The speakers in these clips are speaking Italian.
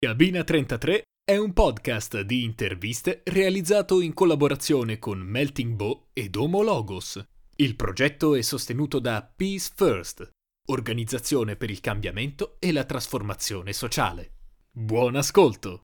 Cabina 33 è un podcast di interviste realizzato in collaborazione con Melting Bow ed Homo Logos. Il progetto è sostenuto da Peace First, organizzazione per il cambiamento e la trasformazione sociale. Buon ascolto!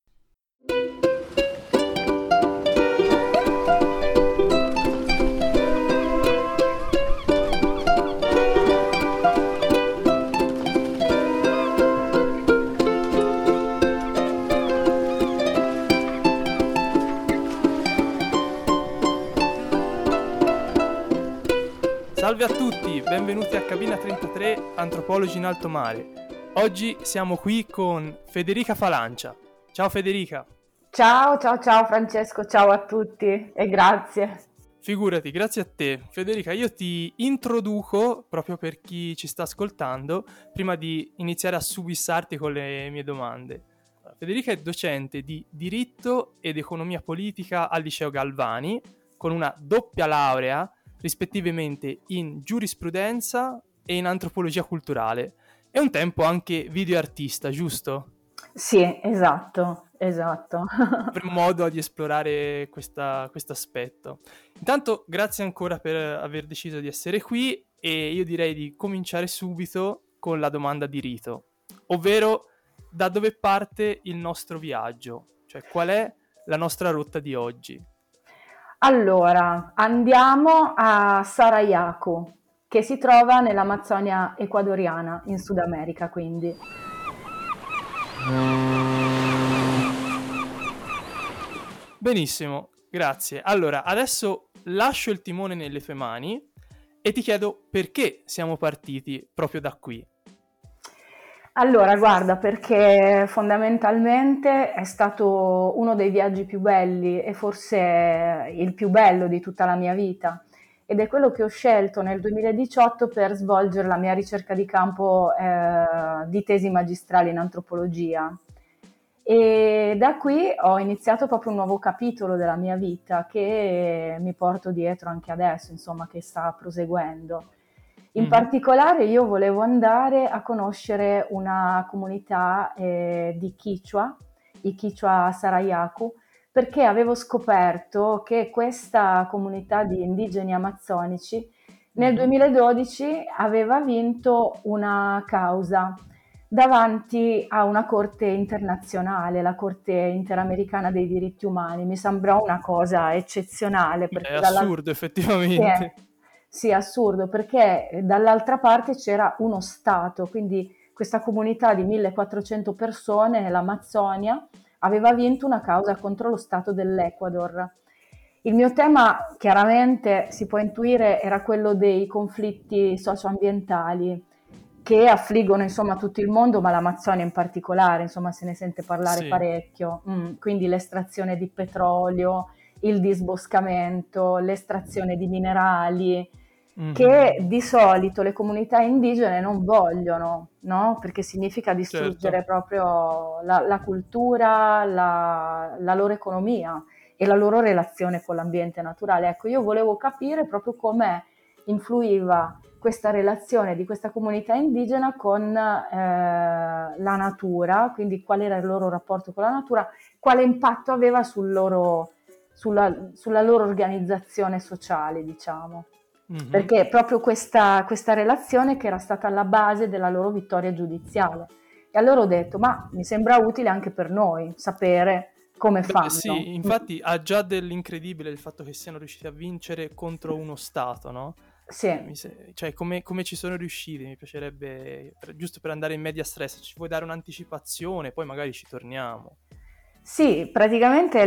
Salve a tutti, benvenuti a Cabina 33, Antropologi in Alto Mare. Oggi siamo qui con Federica Falancia. Ciao Federica. Ciao Francesco, ciao a tutti e grazie. Figurati, grazie a te. Federica, io ti introduco proprio per chi ci sta ascoltando, prima di iniziare a subissarti con le mie domande. Federica è docente di diritto ed economia politica al liceo Galvani, con una doppia laurea rispettivamente in giurisprudenza e in antropologia culturale. E un tempo anche videoartista, giusto? Sì, esatto. Avremo modo di esplorare questo aspetto. Intanto, grazie ancora per aver deciso di essere qui e io direi di cominciare subito con la domanda di rito, ovvero da dove parte il nostro viaggio, cioè qual è la nostra rotta di oggi. Allora, andiamo a Sarayaku, che si trova nell'Amazzonia ecuadoriana, in Sud America, quindi. Benissimo, grazie. Allora, adesso lascio il timone nelle tue mani e ti chiedo perché siamo partiti proprio da qui. Allora, guarda, perché fondamentalmente è stato uno dei viaggi più belli e forse il più bello di tutta la mia vita ed è quello che ho scelto nel 2018 per svolgere la mia ricerca di campo di tesi magistrale in antropologia. E da qui ho iniziato proprio un nuovo capitolo della mia vita che mi porto dietro anche adesso, insomma, che sta proseguendo. In particolare io volevo andare a conoscere una comunità di Quechua, i Quechua Sarayaku, perché avevo scoperto che questa comunità di indigeni amazzonici nel 2012 aveva vinto una causa davanti a una corte internazionale, la Corte Interamericana dei Diritti Umani. Mi sembrò una cosa eccezionale. È assurdo, effettivamente. Sì, assurdo, perché dall'altra parte c'era uno Stato, quindi questa comunità di 1400 persone nell'Amazzonia aveva vinto una causa contro lo Stato dell'Ecuador. Il mio tema, chiaramente, si può intuire, era quello dei conflitti socioambientali che affliggono, insomma, tutto il mondo, ma l'Amazzonia in particolare, insomma, se ne sente parlare parecchio. Quindi l'estrazione di petrolio, il disboscamento, l'estrazione di minerali, che di solito le comunità indigene non vogliono, no? Perché significa distruggere proprio la cultura, la loro economia e la loro relazione con l'ambiente naturale. Ecco, io volevo capire proprio come influiva questa relazione di questa comunità indigena con la natura, quindi qual era il loro rapporto con la natura, quale impatto aveva sulla loro organizzazione sociale, diciamo. Perché proprio questa relazione che era stata alla base della loro vittoria giudiziale. E allora ho detto, ma mi sembra utile anche per noi sapere come fanno. Sì, infatti ha già dell'incredibile il fatto che siano riusciti a vincere contro uno Stato, no? Sì. Cioè, come ci sono riusciti? Mi piacerebbe, giusto per andare in media stress, ci vuoi dare un'anticipazione, poi magari ci torniamo. Sì, praticamente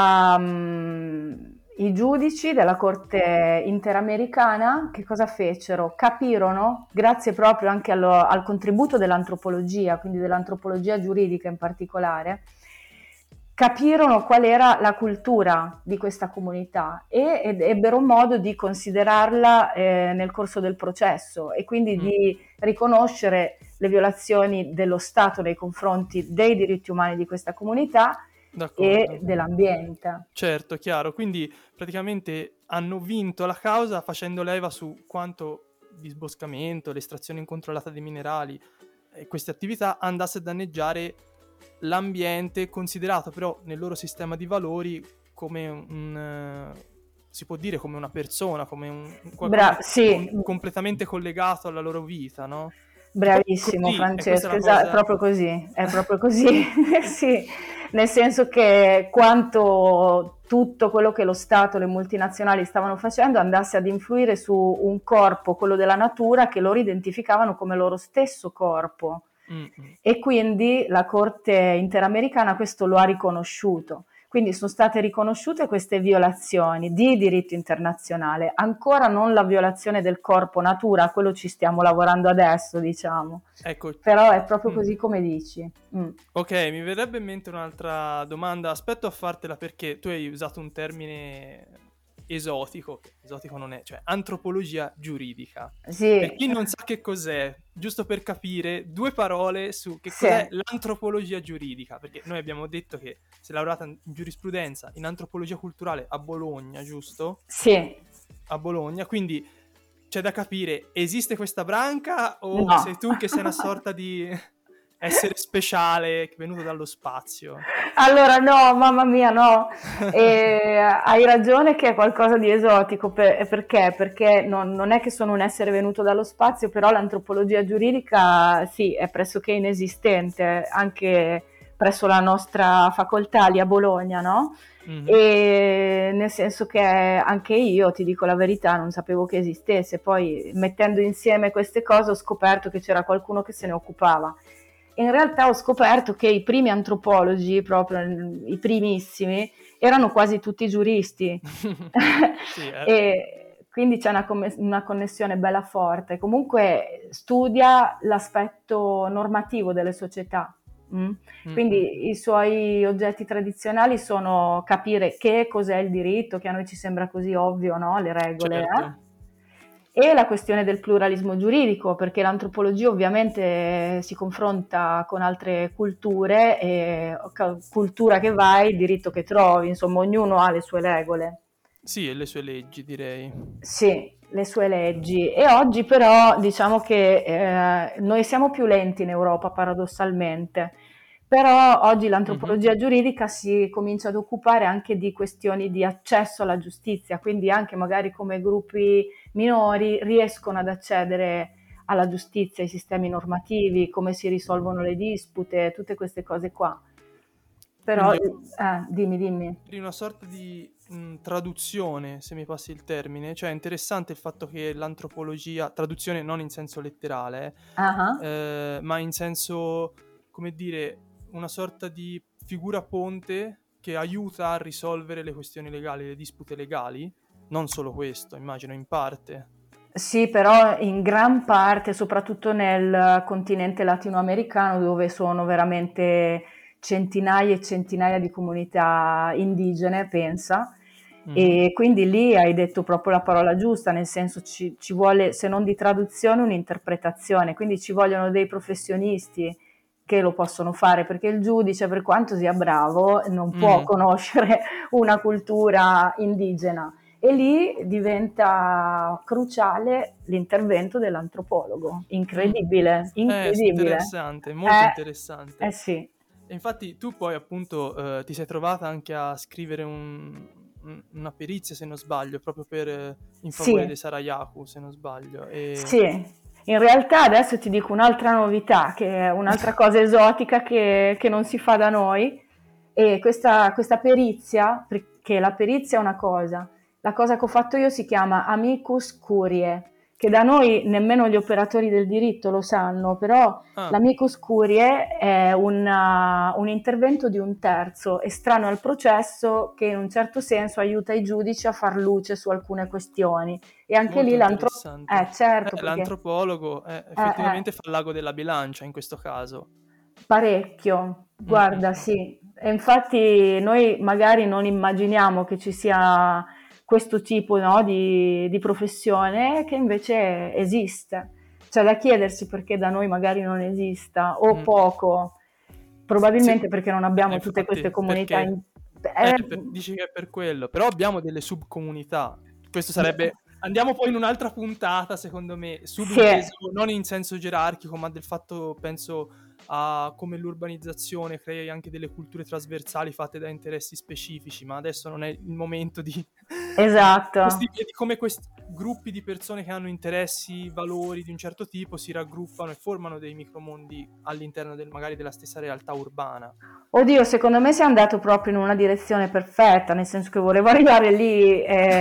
i giudici della Corte Interamericana che cosa fecero? Capirono, grazie proprio anche al contributo dell'antropologia, quindi dell'antropologia giuridica in particolare, capirono qual era la cultura di questa comunità ed ebbero modo di considerarla nel corso del processo e quindi di riconoscere le dello Stato nei confronti dei diritti umani di questa comunità e dell'ambiente. Certo, chiaro. Quindi praticamente hanno vinto la causa facendo leva su quanto disboscamento, l'estrazione incontrollata dei minerali e queste attività andasse a danneggiare l'ambiente considerato però nel loro sistema di valori come si può dire come una persona, come un qualcosa Sì, completamente collegato alla loro vita, no? bravissimo Così, Francesco, è cosa... è proprio così, sì, nel senso che quanto tutto quello che lo Stato, le multinazionali stavano facendo andasse ad influire su un corpo, quello della natura, che loro identificavano come loro stesso corpo. E quindi la Corte Interamericana questo lo ha riconosciuto. Quindi sono state riconosciute queste violazioni di diritto internazionale, ancora non la violazione del corpo natura, a quello ci stiamo lavorando adesso, diciamo. Ecco. Però è proprio così come dici. Ok, mi verrebbe in mente un'altra domanda, aspetto a fartela perché tu hai usato un termine esotico non è, cioè antropologia giuridica. Sì. Per chi non sa che cos'è, giusto per capire, 2 parole su che cos'è l'antropologia giuridica, perché noi abbiamo detto che sei laureata in giurisprudenza, in antropologia culturale a Bologna, giusto? Sì. A Bologna, quindi c'è da capire, esiste questa branca o No. sei tu che sei una sorta di essere speciale venuto dallo spazio? Allora no, mamma mia no, hai ragione che è qualcosa di esotico, perché? Perché non è che sono un essere venuto dallo spazio, però l'antropologia giuridica sì, è pressoché inesistente, anche presso la nostra facoltà lì a Bologna, no? E nel senso che anche io, ti dico la verità, non sapevo che esistesse, poi mettendo insieme queste cose ho scoperto che c'era qualcuno che se ne occupava. In realtà ho scoperto che i primi antropologi, proprio i primissimi, erano quasi tutti giuristi. Sì, E quindi c'è una connessione bella forte. Comunque studia l'aspetto normativo delle società. Quindi i suoi oggetti tradizionali sono capire che cos'è il diritto, che a noi ci sembra così ovvio, no? Le regole. Certo. E la questione del pluralismo giuridico, perché l'antropologia ovviamente si confronta con altre culture e cultura che vai, diritto che trovi, insomma ognuno ha le sue regole. Sì, e le sue leggi, direi. Sì, le sue leggi. E oggi però diciamo che noi siamo più lenti in Europa paradossalmente, però oggi l'antropologia giuridica si comincia ad occupare anche di questioni di accesso alla giustizia, quindi anche magari come gruppi minori riescono ad accedere alla giustizia, ai sistemi normativi, come si risolvono le dispute, tutte queste cose qua. Però, dimmi. Una sorta di traduzione, se mi passi il termine, cioè è interessante il fatto che l'antropologia, traduzione non in senso letterale, ma in senso, come dire, una sorta di figura ponte che aiuta a risolvere le questioni legali, le dispute legali, non solo questo, immagino, in parte. Sì, però in gran parte, soprattutto nel continente latinoamericano, dove sono veramente centinaia e centinaia di comunità indigene, pensa, e quindi lì hai detto proprio la parola giusta, nel senso ci vuole, se non di traduzione, un'interpretazione, quindi ci vogliono dei professionisti che lo possono fare, perché il giudice, per quanto sia bravo, non può conoscere una cultura indigena. E lì diventa cruciale l'intervento dell'antropologo. Incredibile. Interessante, molto interessante. Sì. E infatti tu poi appunto ti sei trovata anche a scrivere una perizia, se non sbaglio, proprio in favore di Sarayaku, se non sbaglio. Sì, in realtà adesso ti dico un'altra novità, che è un'altra cosa esotica che non si fa da noi, e questa perizia, perché la perizia è una cosa, la cosa che ho fatto io si chiama amicus curiae, che da noi nemmeno gli operatori del diritto lo sanno, però l'amicus curiae è un intervento di un terzo estraneo al processo che in un certo senso aiuta i giudici a far luce su alcune questioni. E anche molto lì interessante. certo, l'antropologo effettivamente fa l'ago della bilancia in questo caso. Parecchio, guarda, sì. E infatti noi magari non immaginiamo che ci sia questo tipo, no, di professione che invece esiste. C'è da chiedersi perché da noi magari non esista o poco, probabilmente perché non abbiamo tutte queste comunità. Dici che è per quello, però abbiamo delle subcomunità. Questo sarebbe... Andiamo poi in un'altra puntata, secondo me, non in senso gerarchico, ma del fatto, penso, a come l'urbanizzazione crei anche delle culture trasversali fatte da interessi specifici, ma adesso non è il momento di Esatto. di come questi gruppi di persone che hanno interessi, valori di un certo tipo si raggruppano e formano dei micromondi all'interno magari della stessa realtà urbana. Oddio, secondo me sei andato proprio in una direzione perfetta, nel senso che volevo arrivare lì,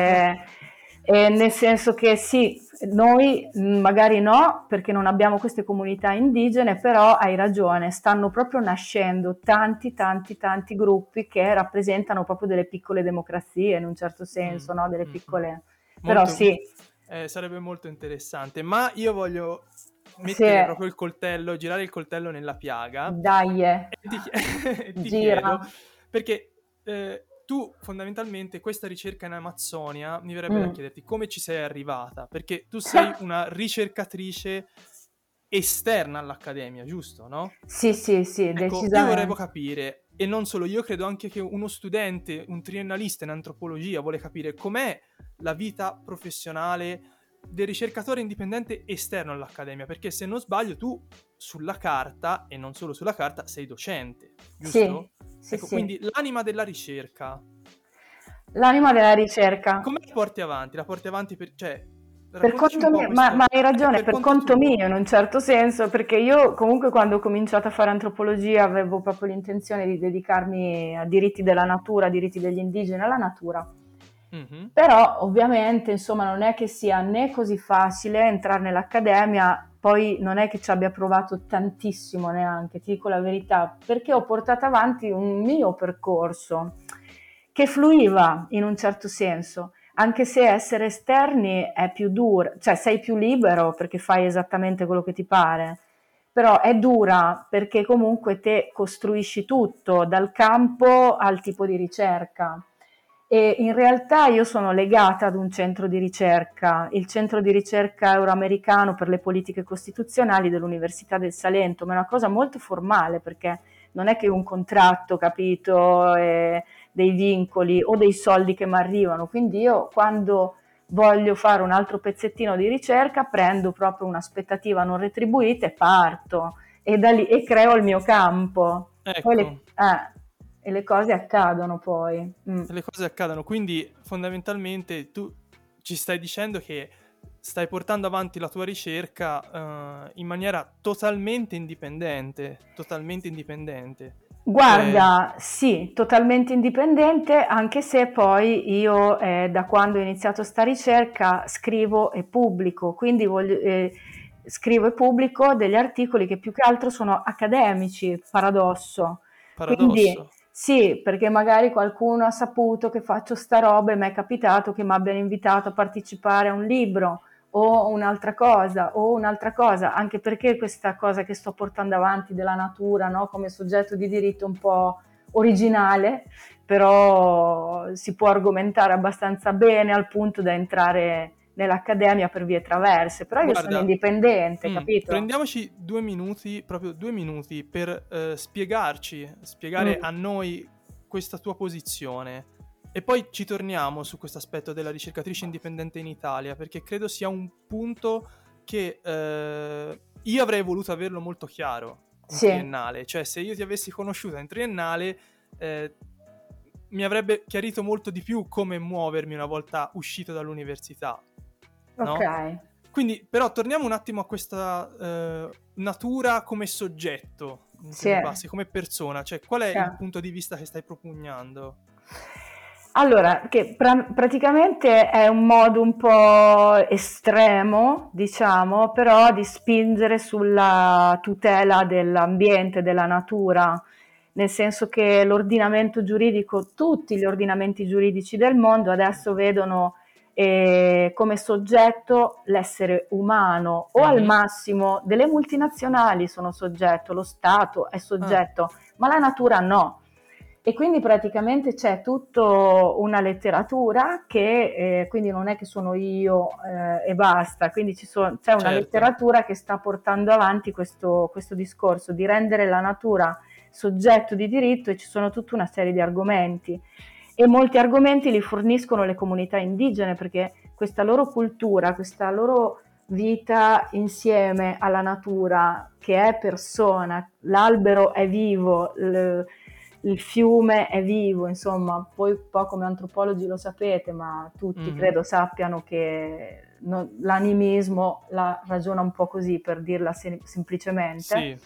nel senso che sì, noi magari no, perché non abbiamo queste comunità indigene, però hai ragione, stanno proprio nascendo tanti gruppi che rappresentano proprio delle piccole democrazie, in un certo senso, no? Delle piccole... Però sì. Sarebbe molto interessante, ma io voglio mettere Sì. proprio il coltello, girare il coltello nella piaga. Dai, e ti gira. chiedo, perché tu fondamentalmente questa ricerca in Amazzonia, mi verrebbe da chiederti come ci sei arrivata, perché tu sei una ricercatrice esterna all'accademia, giusto, no? Sì, Ecco, decisamente. io vorrei capire, e non solo io, credo anche che uno studente, un triennalista in antropologia vuole capire com'è la vita professionale del ricercatore indipendente esterno all'accademia, perché se non sbaglio tu sulla carta, e non solo sulla carta, sei docente, giusto? Sì, ecco, quindi l'anima della ricerca. L'anima della ricerca. Come la porti avanti? La porti avanti per conto mio, ma hai ragione, per conto mio in un certo senso, perché io comunque quando ho cominciato a fare antropologia avevo proprio l'intenzione di dedicarmi a diritti della natura, a diritti degli indigeni alla natura. Mm-hmm. Però ovviamente insomma non è che sia né così facile entrare nell'accademia, poi non è che ci abbia provato tantissimo neanche, ti dico la verità, perché ho portato avanti un mio percorso che fluiva in un certo senso, anche se essere esterni è più duro, cioè sei più libero perché fai esattamente quello che ti pare, però è dura perché comunque te costruisci tutto, dal campo al tipo di ricerca. E in realtà io sono legata ad un centro di ricerca, il centro di ricerca euroamericano per le politiche costituzionali dell'Università del Salento, ma è una cosa molto formale perché non è che un contratto, capito, dei vincoli o dei soldi che mi arrivano, quindi io quando voglio fare un altro pezzettino di ricerca prendo proprio un'aspettativa non retribuita e parto e da lì e creo il mio campo. Ecco. Poi e le cose accadono poi. Le cose accadono, quindi fondamentalmente tu ci stai dicendo che stai portando avanti la tua ricerca in maniera totalmente indipendente. Guarda, sì, totalmente indipendente, anche se poi io da quando ho iniziato sta ricerca scrivo e pubblico, quindi scrivo e pubblico degli articoli che più che altro sono accademici, paradosso. Quindi sì, perché magari qualcuno ha saputo che faccio sta roba e mi è capitato che mi abbiano invitato a partecipare a un libro o un'altra cosa, anche perché questa cosa che sto portando avanti della natura, no, come soggetto di diritto un po' originale, però si può argomentare abbastanza bene al punto da entrare nell'accademia per vie traverse, però io sono indipendente, capito? Prendiamoci 2 minuti, proprio 2 minuti per spiegare a noi questa tua posizione e poi ci torniamo su questo aspetto della ricercatrice indipendente in Italia, perché credo sia un punto che io avrei voluto averlo molto chiaro in triennale, cioè se io ti avessi conosciuta in triennale mi avrebbe chiarito molto di più come muovermi una volta uscito dall'università. No? Ok. Quindi, però, torniamo un attimo a questa natura come soggetto, come persona, cioè qual è il punto di vista che stai propugnando? Allora, che praticamente è un modo un po' estremo, diciamo, però di spingere sulla tutela dell'ambiente, della natura, nel senso che l'ordinamento giuridico, tutti gli ordinamenti giuridici del mondo adesso vedono come soggetto l'essere umano o al massimo delle multinazionali sono soggetto, lo Stato è soggetto, ma la natura no. E quindi praticamente c'è tutta una letteratura che quindi non è che sono io e basta, quindi c'è una letteratura che sta portando avanti questo discorso di rendere la natura soggetto di diritto e ci sono tutta una serie di argomenti. E molti argomenti li forniscono le comunità indigene perché questa loro cultura, questa loro vita insieme alla natura, che è persona, l'albero è vivo, il fiume è vivo, insomma, poi un po' come antropologi lo sapete, ma tutti credo sappiano che l'animismo la ragiona un po' così, per dirla semplicemente. Sì.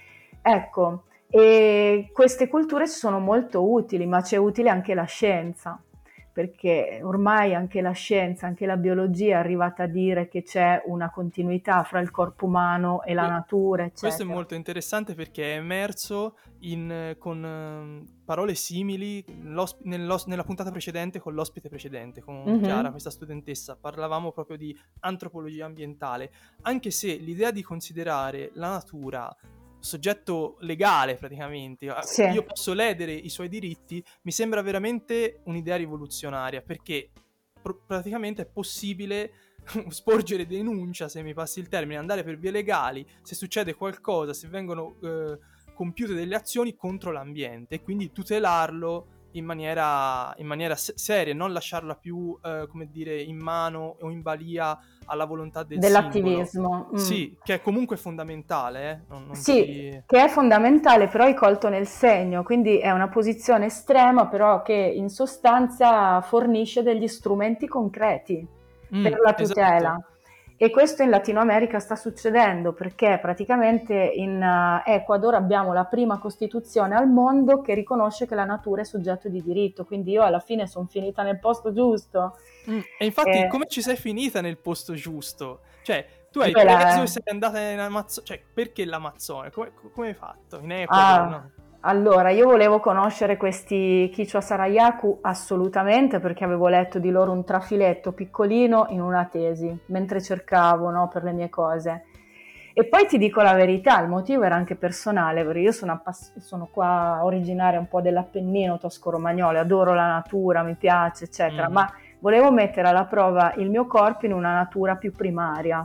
Ecco, e queste culture ci sono molto utili, ma c'è utile anche la scienza, perché ormai anche la scienza, anche la biologia è arrivata a dire che c'è una continuità fra il corpo umano e la natura, eccetera. Questo è molto interessante perché è emerso con parole simili nella puntata precedente con l'ospite precedente, con Chiara, questa studentessa. Parlavamo proprio di antropologia ambientale, anche se l'idea di considerare la natura soggetto legale praticamente, Sì. io posso ledere i suoi diritti, mi sembra veramente un'idea rivoluzionaria, perché praticamente è possibile sporgere denuncia, se mi passi il termine, andare per vie legali se succede qualcosa, se vengono compiute delle azioni contro l'ambiente, e quindi tutelarlo in maniera seria, non lasciarla più come dire, in mano o in balia alla volontà del dell'attivismo. singolo. Sì, che è comunque fondamentale, sì, che è fondamentale, però è colto nel segno, quindi è una posizione estrema, però che in sostanza fornisce degli strumenti concreti per la tutela. Esatto. E questo in Latino America sta succedendo, perché praticamente in Ecuador abbiamo la prima Costituzione al mondo che riconosce che la natura è soggetto di diritto, quindi io alla fine sono finita nel posto giusto. E infatti come ci sei finita nel posto giusto? Cioè, tu hai preso e sei andata in Amazzonia, cioè perché l'Amazzonia? Come hai fatto? In Ecuador, no? Allora, io volevo conoscere questi Quechua Sarayaku assolutamente, perché avevo letto di loro un trafiletto piccolino in una tesi, mentre cercavo, no, per le mie cose. E poi ti dico la verità, il motivo era anche personale, perché io sono qua originaria un po' dell'Appennino tosco-romagnolo, adoro la natura, mi piace, eccetera, ma volevo mettere alla prova il mio corpo in una natura più primaria.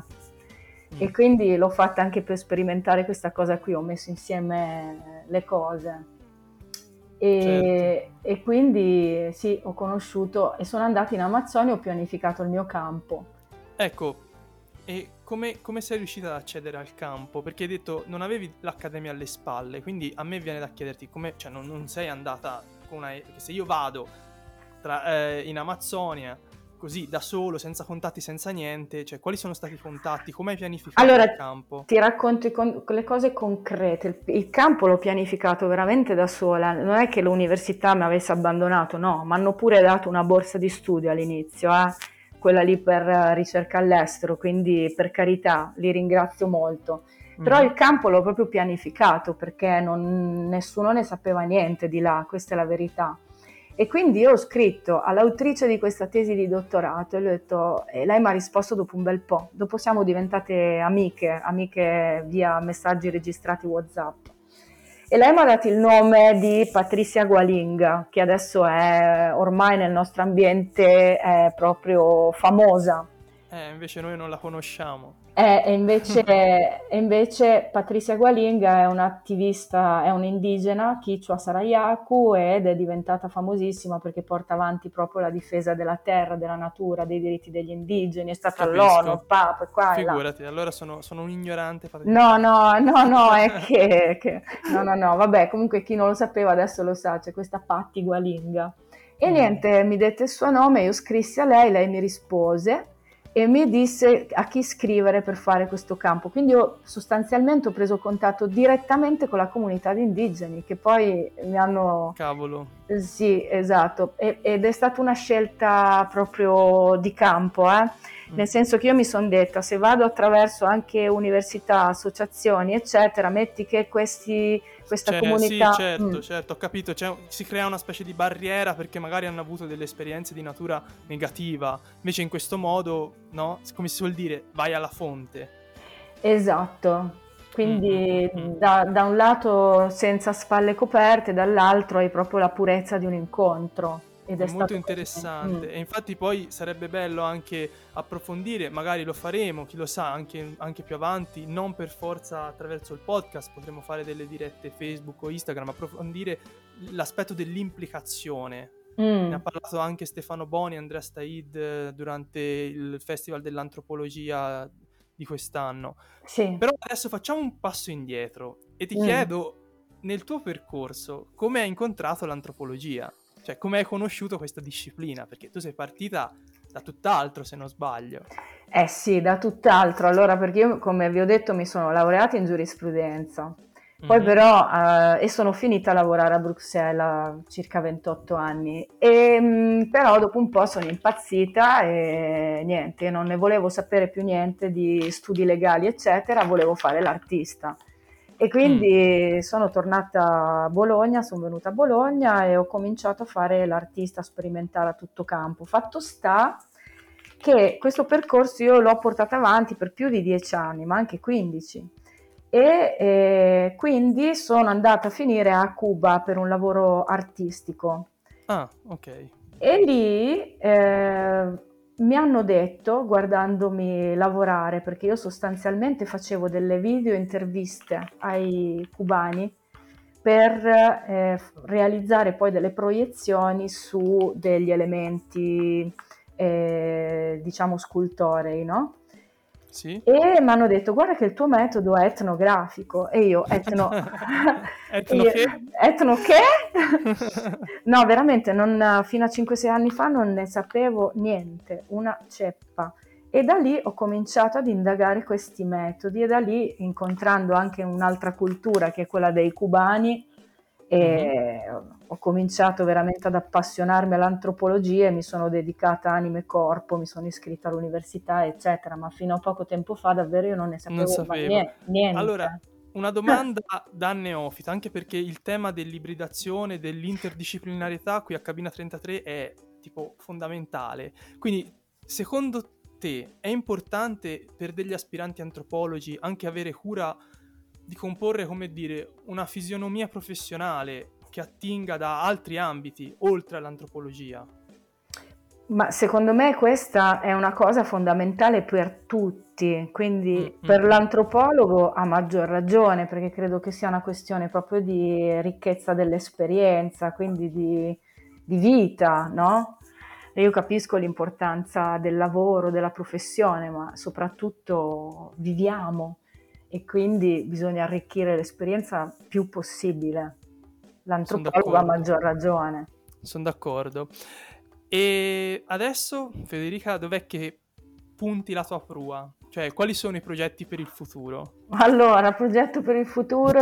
E quindi l'ho fatta anche per sperimentare questa cosa qui, ho messo insieme le cose e quindi sì, ho conosciuto e sono andata in Amazzonia, ho pianificato il mio campo. Ecco, e come sei riuscita ad accedere al campo? Perché hai detto non avevi l'accademia alle spalle, quindi a me viene da chiederti come, cioè non sei andata con perché se io vado in Amazzonia così da solo, senza contatti, senza niente, cioè quali sono stati i contatti, come hai pianificato il campo? Ti racconto le cose concrete. Il campo l'ho pianificato veramente da sola, non è che l'università mi avesse abbandonato, no, mi hanno pure dato una borsa di studio all'inizio, quella lì per ricerca all'estero, quindi per carità, li ringrazio molto. Però il campo l'ho proprio pianificato perché nessuno ne sapeva niente di là, questa è la verità. E quindi io ho scritto all'autrice di questa tesi di dottorato e le ho detto, e lei mi ha risposto dopo un bel po', dopo siamo diventate amiche via messaggi registrati WhatsApp. E lei mi ha dato il nome di Patricia Gualinga, che adesso è ormai nel nostro ambiente è proprio famosa. Invece noi non la conosciamo. E invece Patricia Gualinga è un'attivista, è un'indigena, Quechua Sarayaku, ed è diventata famosissima perché porta avanti proprio la difesa della terra, della natura, dei diritti degli indigeni, è stata all'ONU, il Papa, e qua e là. Figurati, allora sono un ignorante. No, è che no, vabbè, comunque chi non lo sapeva adesso lo sa, c'è questa Patti Gualinga. E niente, mi dette il suo nome, io scrissi a lei mi rispose e mi disse a chi scrivere per fare questo campo. Quindi io sostanzialmente ho preso contatto direttamente con la comunità di indigeni che poi mi hanno... Cavolo. Sì, esatto, ed è stata una scelta proprio di campo, nel senso che io mi sono detta, se vado attraverso anche università, associazioni, eccetera, metti che questa comunità... Sì, certo, ho capito, si crea una specie di barriera perché magari hanno avuto delle esperienze di natura negativa, invece in questo modo, no? Come si suol dire, vai alla fonte. Esatto, quindi da un lato senza spalle coperte, dall'altro hai proprio la purezza di un incontro. Ed è molto interessante. E infatti poi sarebbe bello anche approfondire, magari lo faremo, chi lo sa, anche più avanti, non per forza attraverso il podcast, potremo fare delle dirette Facebook o Instagram, approfondire l'aspetto dell'implicazione. Ne ha parlato anche Stefano Boni e Andrea Staid durante il Festival dell'Antropologia di quest'anno. Sì. Però adesso facciamo un passo indietro e ti Mm. chiedo, nel tuo percorso, come hai incontrato l'antropologia? Cioè, come hai conosciuto questa disciplina? Perché tu sei partita da tutt'altro, se non sbaglio. Eh sì, da tutt'altro. Allora, perché io, come vi ho detto, mi sono laureata in giurisprudenza. Poi Mhm. però, e sono finita a lavorare a Bruxelles a circa 28 anni. Però dopo un po' sono impazzita e niente, non ne volevo sapere più niente di studi legali, eccetera, volevo fare l'artista. E quindi sono tornata a Bologna, sono venuta a Bologna e ho cominciato a fare l'artista sperimentale a tutto campo. Fatto sta che questo percorso io l'ho portato avanti per più di 10 anni, ma anche 15. E quindi sono andata a finire a Cuba per un lavoro artistico. Ah, ok. E lì mi hanno detto, guardandomi lavorare, perché io sostanzialmente facevo delle video interviste ai cubani per realizzare poi delle proiezioni su degli elementi, diciamo, scultorei, no? Sì? E mi hanno detto, guarda che il tuo metodo è etnografico. E io, Etno che? etno che? No, veramente, fino a 5-6 anni fa non ne sapevo niente, una ceppa. E da lì ho cominciato ad indagare questi metodi e da lì, incontrando anche un'altra cultura che è quella dei cubani, e ho cominciato veramente ad appassionarmi all'antropologia e mi sono dedicata anima e corpo, mi sono iscritta all'università, eccetera, ma fino a poco tempo fa davvero io non ne Non sapevo sapevo. niente. Allora, una domanda da neofita, anche perché il tema dell'ibridazione, dell'interdisciplinarietà qui a Cabina 33 è tipo fondamentale. Quindi, secondo te, è importante per degli aspiranti antropologi anche avere cura di comporre, come dire, una fisionomia professionale che attinga da altri ambiti, oltre all'antropologia? Ma secondo me questa è una cosa fondamentale per tutti, quindi per Mm. l'antropologo a maggior ragione, perché credo che sia una questione proprio di ricchezza dell'esperienza, quindi di vita, no? E io capisco l'importanza del lavoro, della professione, ma soprattutto viviamo e quindi bisogna arricchire l'esperienza più possibile. Sono L'antropologo a d'accordo. maggior ragione. Sono d'accordo. E adesso, Federica, dov'è che punti la tua prua? Cioè, quali sono i progetti per il futuro? Allora, progetto per il futuro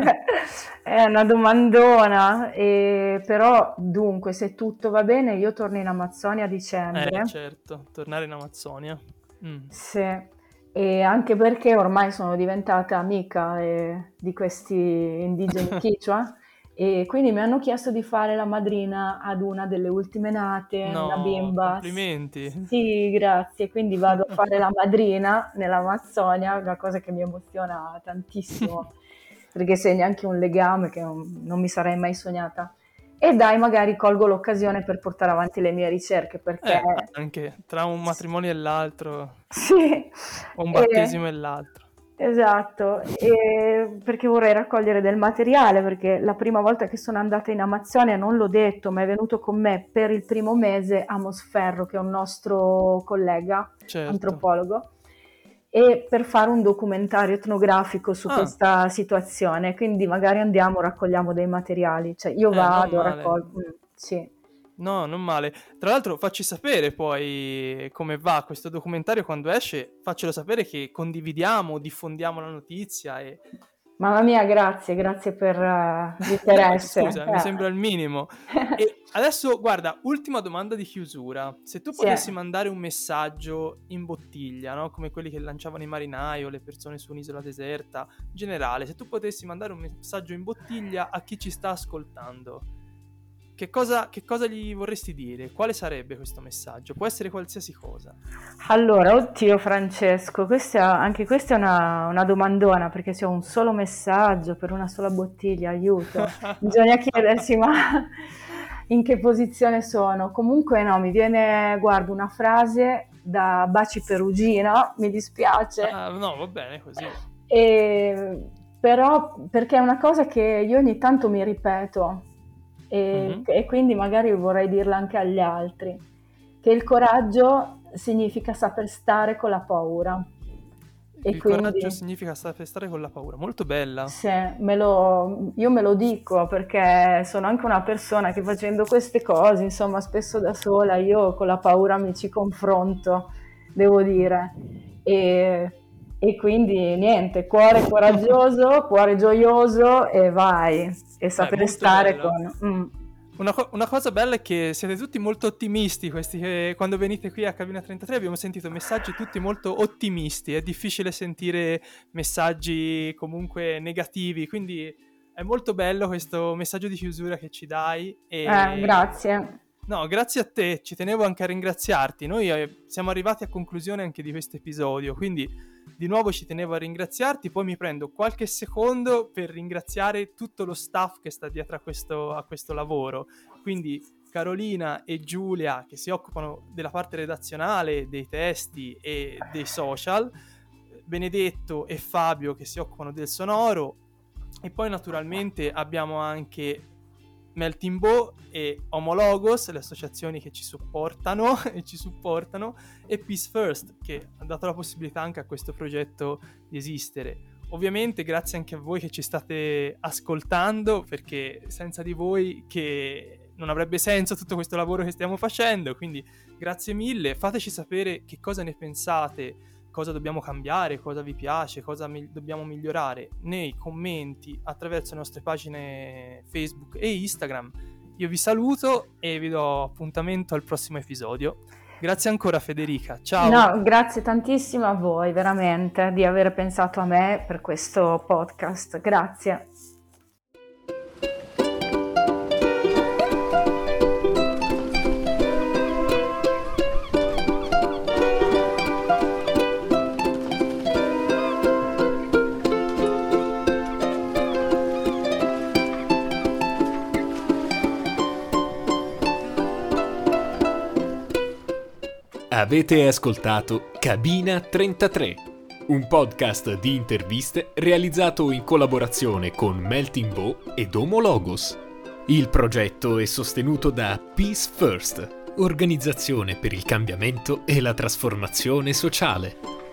è una domandona, però dunque, se tutto va bene, io torno in Amazzonia a dicembre. Certo, tornare in Amazzonia. Sì, e anche perché ormai sono diventata amica di questi indigeni Quechua e quindi mi hanno chiesto di fare la madrina ad una delle ultime nate, una No, bimba. complimenti. Sì, grazie, quindi vado a fare la madrina nell'Amazzonia, una cosa che mi emoziona tantissimo, perché segna anche un legame che non mi sarei mai sognata. E dai, magari colgo l'occasione per portare avanti le mie ricerche, perché Anche tra un matrimonio e l'altro, sì, o un e- battesimo e l'altro. esatto, perché vorrei raccogliere del materiale, perché la prima volta che sono andata in Amazzonia, non l'ho detto, ma è venuto con me per il primo mese Amos Ferro, che è un nostro collega Certo. antropologo, e per fare un documentario etnografico su Ah, questa situazione, quindi magari andiamo, raccogliamo dei materiali, cioè io non vado, male. raccolgo, sì. No, non male. Tra l'altro facci sapere poi come va questo documentario quando esce, faccelo sapere che condividiamo, diffondiamo la notizia e... Mamma mia, grazie per No, l'interesse. scusa, mi sembra il minimo. E adesso, guarda, ultima domanda di chiusura. Se tu Sì. potessi mandare un messaggio in bottiglia, no? Come quelli che lanciavano i marinai o le persone su un'isola deserta, in generale, se tu potessi mandare un messaggio in bottiglia a chi ci sta ascoltando, che cosa gli vorresti dire? Quale sarebbe questo messaggio? Può essere qualsiasi cosa. Allora, oddio Francesco, anche questa è una domandona perché se ho un solo messaggio per una sola bottiglia, aiuto, bisogna chiedersi ma in che posizione sono. Comunque no, mi viene, guarda, una frase da Baci Perugino, mi dispiace, No, va bene così. però perché è una cosa che io ogni tanto mi ripeto Mhm. e quindi magari vorrei dirla anche agli altri, che il coraggio significa saper stare con la paura E Il quindi coraggio significa stare con la paura. Molto bella. sì, io me lo dico perché sono anche una persona che facendo queste cose, insomma, spesso da sola, io con la paura mi ci confronto, devo dire. E quindi niente, cuore coraggioso, cuore gioioso e vai. E sapere Molto stare bello. con... Una cosa bella è che siete tutti molto ottimisti, questi che quando venite qui a Cabina 33 abbiamo sentito messaggi tutti molto ottimisti, è difficile sentire messaggi comunque negativi, quindi è molto bello questo messaggio di chiusura che ci dai. Grazie. No, grazie a te, ci tenevo anche a ringraziarti, noi siamo arrivati a conclusione anche di questo episodio, quindi di nuovo ci tenevo a ringraziarti, poi mi prendo qualche secondo per ringraziare tutto lo staff che sta dietro a questo lavoro, quindi Carolina e Giulia che si occupano della parte redazionale, dei testi e dei social, Benedetto e Fabio che si occupano del sonoro, e poi naturalmente abbiamo anche Melting Bow e Homologos, le associazioni che ci supportano e Peace First, che ha dato la possibilità anche a questo progetto di esistere. Ovviamente grazie anche a voi che ci state ascoltando, perché senza di voi che non avrebbe senso tutto questo lavoro che stiamo facendo, quindi grazie mille, fateci sapere che cosa ne pensate, cosa dobbiamo cambiare, cosa vi piace, cosa dobbiamo migliorare nei commenti attraverso le nostre pagine Facebook e Instagram. Io vi saluto e vi do appuntamento al prossimo episodio. Grazie ancora Federica, ciao! No, grazie tantissimo a voi veramente di aver pensato a me per questo podcast, grazie. Avete ascoltato Cabina 33, un podcast di interviste realizzato in collaborazione con Melting Bow ed Homologos. Il progetto è sostenuto da Peace First, organizzazione per il cambiamento e la trasformazione sociale.